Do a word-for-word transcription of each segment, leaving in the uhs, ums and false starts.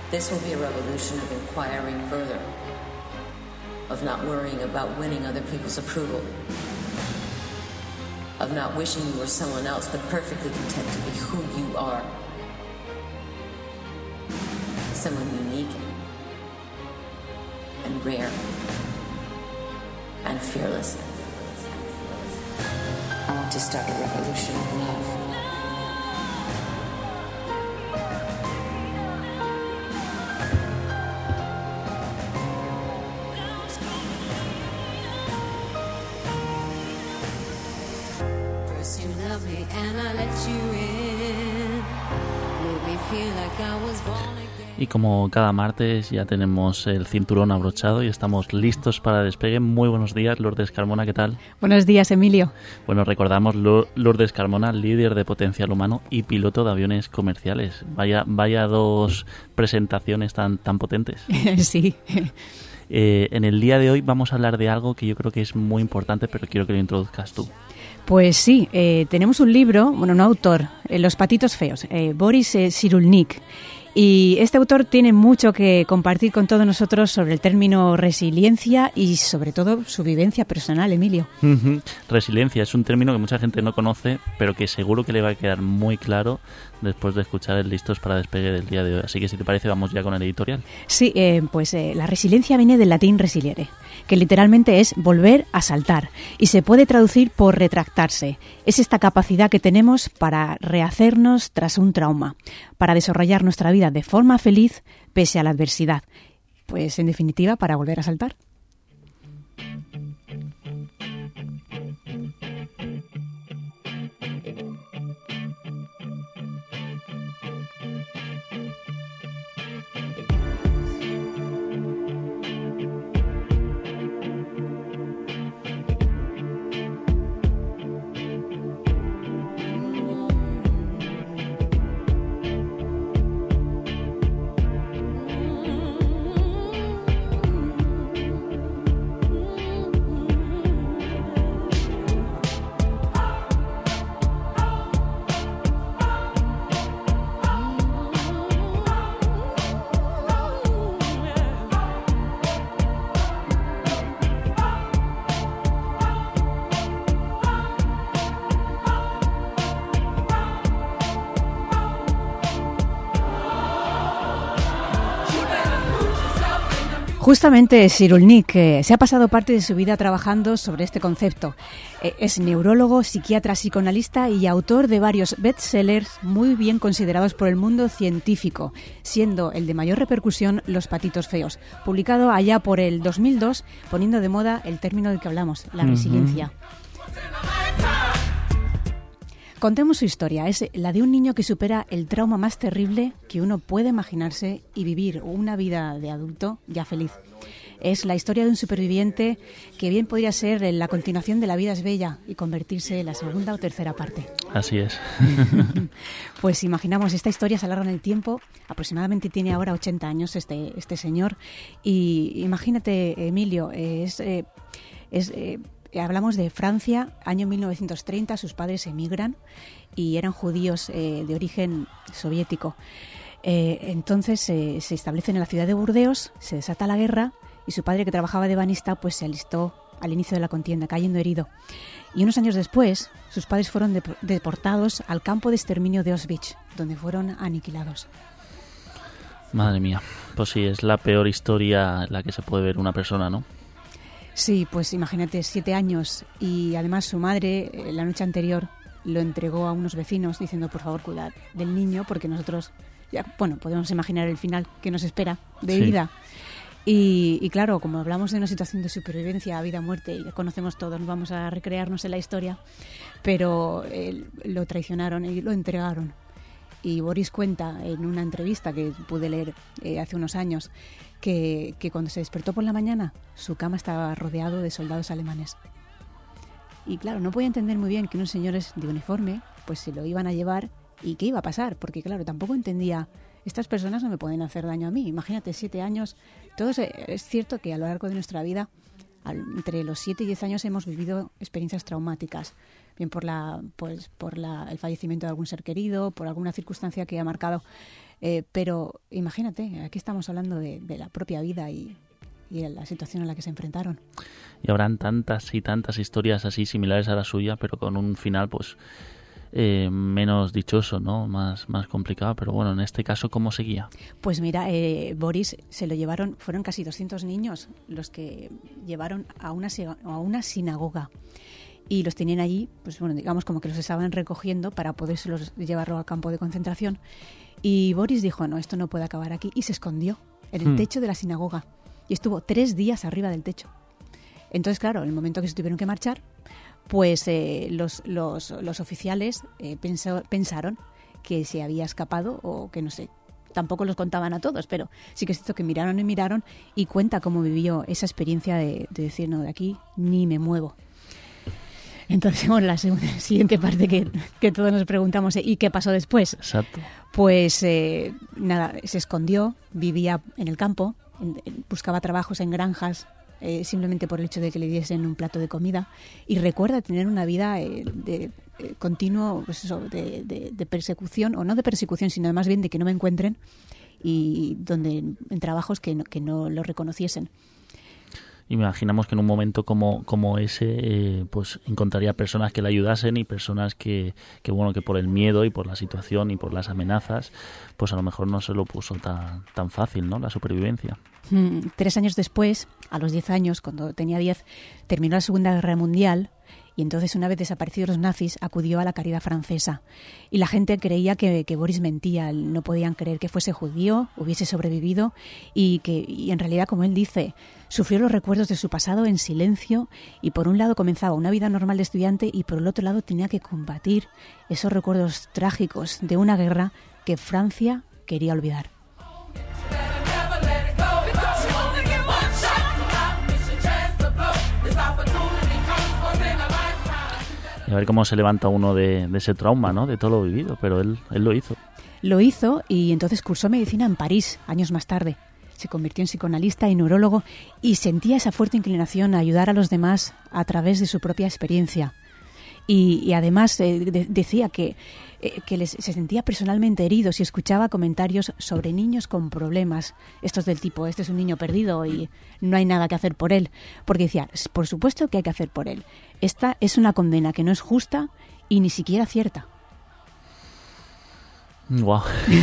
This will be a revolution of inquiring further, of not worrying about winning other people's approval, of not wishing you were someone else, but perfectly content to be who you are. Someone unique and rare and fearless. I want to start a revolution of love. First you love me and I let you in. Made me feel like I was born again. Y como cada martes ya tenemos el cinturón abrochado y estamos listos para el despegue. Muy buenos días, Lourdes Carmona, ¿qué tal? Buenos días, Emilio. Bueno, recordamos, Lourdes Carmona, líder de potencial humano y piloto de aviones comerciales. Vaya, vaya dos presentaciones tan, tan potentes. Sí. Eh, en el día de hoy vamos a hablar de algo que yo creo que es muy importante, pero quiero que lo introduzcas tú. Pues sí, eh, tenemos un libro, bueno, un autor, eh, Los patitos feos, eh, Boris eh, Cyrulnik. Y este autor tiene mucho que compartir con todos nosotros sobre el término resiliencia y sobre todo su vivencia personal, Emilio. Uh-huh. Resiliencia es un término que mucha gente no conoce, pero que seguro que le va a quedar muy claro después de escuchar el Listos para Despegue del día de hoy. Así que si te parece vamos ya con el editorial. Sí, eh, pues eh, la resiliencia viene del latín resiliere, que literalmente es volver a saltar y se puede traducir por retractarse. Es esta capacidad que tenemos para rehacernos tras un trauma, para desarrollar nuestra vida de forma feliz pese a la adversidad. Pues en definitiva, para volver a saltar. Justamente Cyrulnik eh, se ha pasado parte de su vida trabajando sobre este concepto. Eh, es neurólogo, psiquiatra, psicoanalista y autor de varios bestsellers muy bien considerados por el mundo científico, siendo el de mayor repercusión Los patitos feos, publicado allá por el dos mil dos, poniendo de moda el término del que hablamos, la uh-huh. resiliencia. Contemos su historia, es la de un niño que supera el trauma más terrible que uno puede imaginarse y vivir una vida de adulto ya feliz. Es la historia de un superviviente que bien podría ser la continuación de La vida es bella y convertirse en la segunda o tercera parte. Así es. Pues imaginamos, esta historia se alarga en el tiempo, aproximadamente tiene ahora ochenta años este, este señor, y imagínate, Emilio, es... Eh, es eh, hablamos de Francia, año mil novecientos treinta, sus padres emigran y eran judíos eh, de origen soviético. Eh, entonces eh, se establecen en la ciudad de Burdeos, se desata la guerra y su padre, que trabajaba de banista, pues se alistó al inicio de la contienda, cayendo herido. Y unos años después, sus padres fueron de- deportados al campo de exterminio de Auschwitz, donde fueron aniquilados. Madre mía, pues sí, es la peor historia en la que se puede ver una persona, ¿no? Sí, pues imagínate, siete años, y además su madre eh, la noche anterior lo entregó a unos vecinos diciendo, por favor, cuidad del niño, porque nosotros, ya, bueno, podemos imaginar el final que nos espera de Sí. vida. Y, y claro, como hablamos de una situación de supervivencia, vida, muerte, y ya conocemos todos, no vamos a recrearnos en la historia, pero eh, lo traicionaron y lo entregaron. Y Boris cuenta en una entrevista que pude leer eh, hace unos años que, que cuando se despertó por la mañana su cama estaba rodeado de soldados alemanes. Y claro, no podía entender muy bien que unos señores de uniforme pues se lo iban a llevar y qué iba a pasar, porque claro, tampoco entendía, estas personas no me pueden hacer daño a mí. Imagínate, siete años. Todos, eh, es cierto que a lo largo de nuestra vida, al, entre los siete y diez años hemos vivido experiencias traumáticas, bien por la pues por la, el fallecimiento de algún ser querido, por alguna circunstancia que ha marcado Eh, pero imagínate, aquí estamos hablando de, de la propia vida y, y de la situación a la que se enfrentaron. Y habrán tantas y tantas historias así similares a la suya, pero con un final pues eh, menos dichoso, ¿no? Más, más complicado. Pero bueno, en este caso, ¿cómo seguía? Pues mira, eh, Boris se lo llevaron, fueron casi doscientos niños los que llevaron a una, a una sinagoga. Y los tenían allí, pues bueno, digamos como que los estaban recogiendo para podérselos llevarlo al campo de concentración. Y Boris dijo, no, esto no puede acabar aquí. Y se escondió en el hmm. techo de la sinagoga. Y estuvo tres días arriba del techo. Entonces, claro, en el momento que se tuvieron que marchar, pues eh, los, los, los oficiales eh, pensó, pensaron que se había escapado o que no sé, tampoco los contaban a todos, pero sí que es cierto que miraron y miraron y cuenta cómo vivió esa experiencia de, de decir, no, de aquí ni me muevo. Entonces, bueno, la segunda, siguiente parte que, que todos nos preguntamos, ¿y qué pasó después? Exacto. Pues eh, nada, se escondió, vivía en el campo, en, en, buscaba trabajos en granjas, Eh, simplemente por el hecho de que le diesen un plato de comida, y recuerda tener una vida eh, de eh, continuo, pues eso, de, de, de persecución, o no de persecución, sino más bien de que no me encuentren, y donde en trabajos que no, que no lo reconociesen. Imaginamos que en un momento como, como ese eh, pues encontraría personas que le ayudasen y personas que, que bueno que por el miedo y por la situación y por las amenazas pues a lo mejor no se lo puso tan, tan fácil, ¿no? La supervivencia. Mm, tres años después, a los diez años, cuando tenía diez, terminó la Segunda Guerra Mundial. Y entonces, una vez desaparecidos los nazis, acudió a la caridad francesa. Y la gente creía que, que Boris mentía, no podían creer que fuese judío, hubiese sobrevivido y que y en realidad, como él dice, sufrió los recuerdos de su pasado en silencio y por un lado comenzaba una vida normal de estudiante y por el otro lado tenía que combatir esos recuerdos trágicos de una guerra que Francia quería olvidar. Y a ver cómo se levanta uno de, de ese trauma, ¿no? De todo lo vivido, pero él, él lo hizo. Lo hizo y entonces cursó medicina en París, años más tarde. Se convirtió en psicoanalista y neurólogo y sentía esa fuerte inclinación a ayudar a los demás a través de su propia experiencia. Y, y además eh, de, decía que, eh, que les, se sentía personalmente herido si escuchaba comentarios sobre niños con problemas, estos del tipo, este es un niño perdido y no hay nada que hacer por él. Porque decía, por supuesto que hay que hacer por él. Esta es una condena que no es justa y ni siquiera cierta. Guau.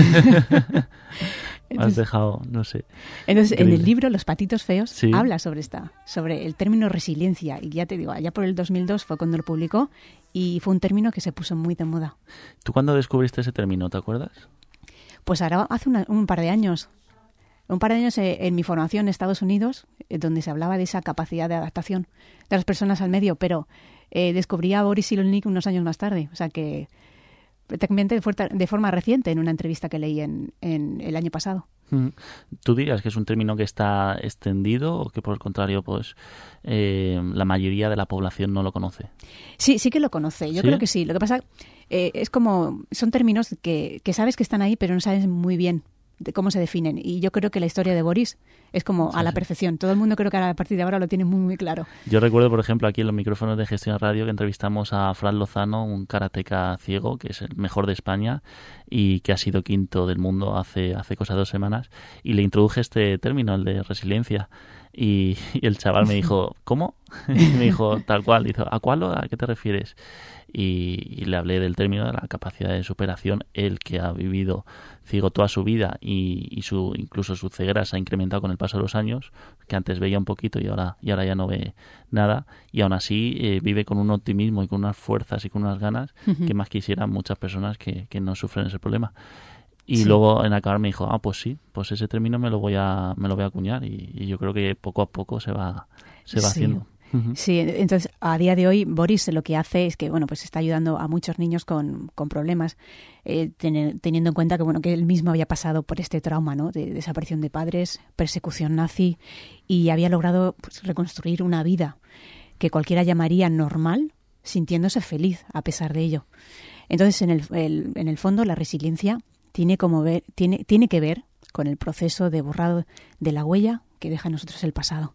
Has dejado, no sé. Entonces, increíble. En el libro Los patitos feos sí. habla sobre esta, sobre el término resiliencia. Y ya te digo, allá por el dos mil dos fue cuando lo publicó y fue un término que se puso muy de moda. ¿Tú cuándo descubriste ese término, te acuerdas? Pues ahora hace una, un par de años. Un par de años en mi formación en Estados Unidos, donde se hablaba de esa capacidad de adaptación de las personas al medio, pero eh, descubrí a Boris Cyrulnik unos años más tarde. O sea que prácticamente de forma reciente en una entrevista que leí en, en el año pasado. ¿Tú dirías que es un término que está extendido o que por el contrario pues eh, la mayoría de la población no lo conoce? Sí, sí que lo conoce, yo ¿Sí? creo que sí. Lo que pasa eh, es como, son términos que, que sabes que están ahí pero no sabes muy bien de cómo se definen. Y yo creo que la historia de Boris es como sí, a la sí. perfección. Todo el mundo creo que a partir de ahora lo tiene muy, muy claro. Yo recuerdo, por ejemplo, aquí en los micrófonos de Gestión Radio que entrevistamos a Fran Lozano, un karateca ciego, que es el mejor de España y que ha sido quinto del mundo hace, hace cosa de dos semanas. Y le introduje este término, el de resiliencia. Y, y el chaval me dijo, ¿cómo? Y me dijo, tal cual. Dijo, ¿a cuál o a qué te refieres? Y, y le hablé del término de la capacidad de superación. Él que ha vivido ciego toda su vida y, y su incluso su ceguera se ha incrementado con el paso de los años, que antes veía un poquito y ahora, y ahora ya no ve nada, y aún así eh, vive con un optimismo y con unas fuerzas y con unas ganas uh-huh. que más quisieran muchas personas que, que no sufren ese problema. Y sí. luego en acabar me dijo, ah, pues sí, pues ese término me lo voy a me lo voy a acuñar y, y yo creo que poco a poco se va se va sí. haciendo. Uh-huh. Sí, entonces a día de hoy Boris lo que hace es que bueno pues está ayudando a muchos niños con, con problemas, eh, ten, teniendo en cuenta que bueno que él mismo había pasado por este trauma, ¿no? De desaparición de padres, persecución nazi y había logrado pues, reconstruir una vida que cualquiera llamaría normal, sintiéndose feliz a pesar de ello. Entonces en el, el en el fondo la resiliencia tiene como ver tiene tiene que ver con el proceso de borrado de la huella que deja en nosotros el pasado.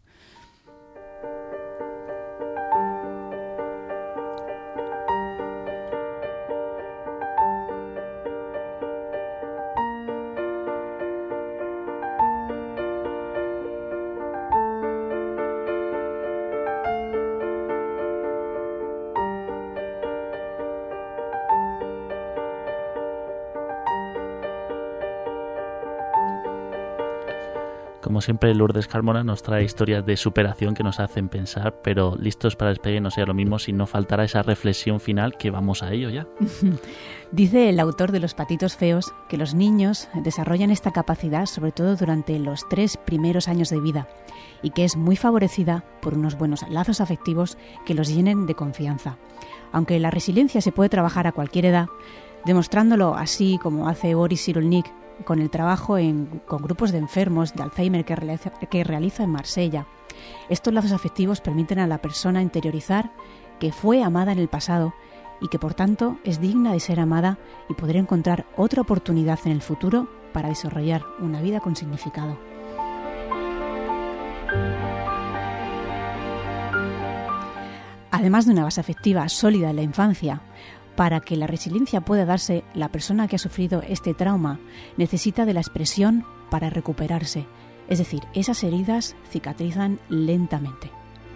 Como siempre, Lourdes Carmona nos trae historias de superación que nos hacen pensar, pero listos para despegue no sea lo mismo si no faltara esa reflexión final, que vamos a ello ya. Dice el autor de Los patitos feos que los niños desarrollan esta capacidad sobre todo durante los tres primeros años de vida y que es muy favorecida por unos buenos lazos afectivos que los llenen de confianza. Aunque la resiliencia se puede trabajar a cualquier edad, demostrándolo así como hace Boris Cyrulnik con el trabajo en, con grupos de enfermos de Alzheimer que realiza, que realiza en Marsella. Estos lazos afectivos permiten a la persona interiorizar que fue amada en el pasado y que por tanto es digna de ser amada y poder encontrar otra oportunidad en el futuro para desarrollar una vida con significado. Además de una base afectiva sólida en la infancia, para que la resiliencia pueda darse, la persona que ha sufrido este trauma necesita de la expresión para recuperarse. Es decir, esas heridas cicatrizan lentamente.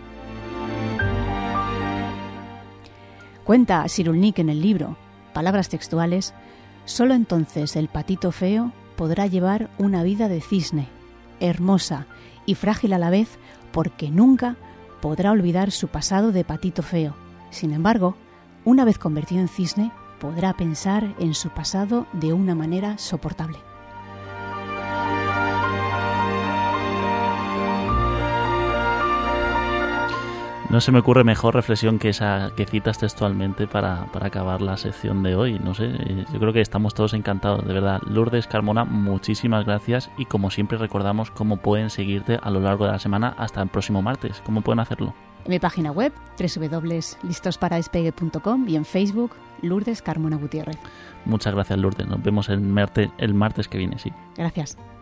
Cuenta Cyrulnik en el libro, palabras textuales, solo entonces el patito feo podrá llevar una vida de cisne, hermosa y frágil a la vez, porque nunca podrá olvidar su pasado de patito feo. Sin embargo, una vez convertido en cisne, podrá pensar en su pasado de una manera soportable. No se me ocurre mejor reflexión que esa que citas textualmente para, para acabar la sección de hoy. No sé, yo creo que estamos todos encantados, de verdad. Lourdes Carmona, muchísimas gracias y como siempre recordamos cómo pueden seguirte a lo largo de la semana hasta el próximo martes. ¿Cómo pueden hacerlo? En mi página web, doble u doble u doble u punto listos para despegue punto com y en Facebook, Lourdes Carmona Gutiérrez. Muchas gracias, Lourdes. Nos vemos el martes, el martes que viene, sí. Gracias.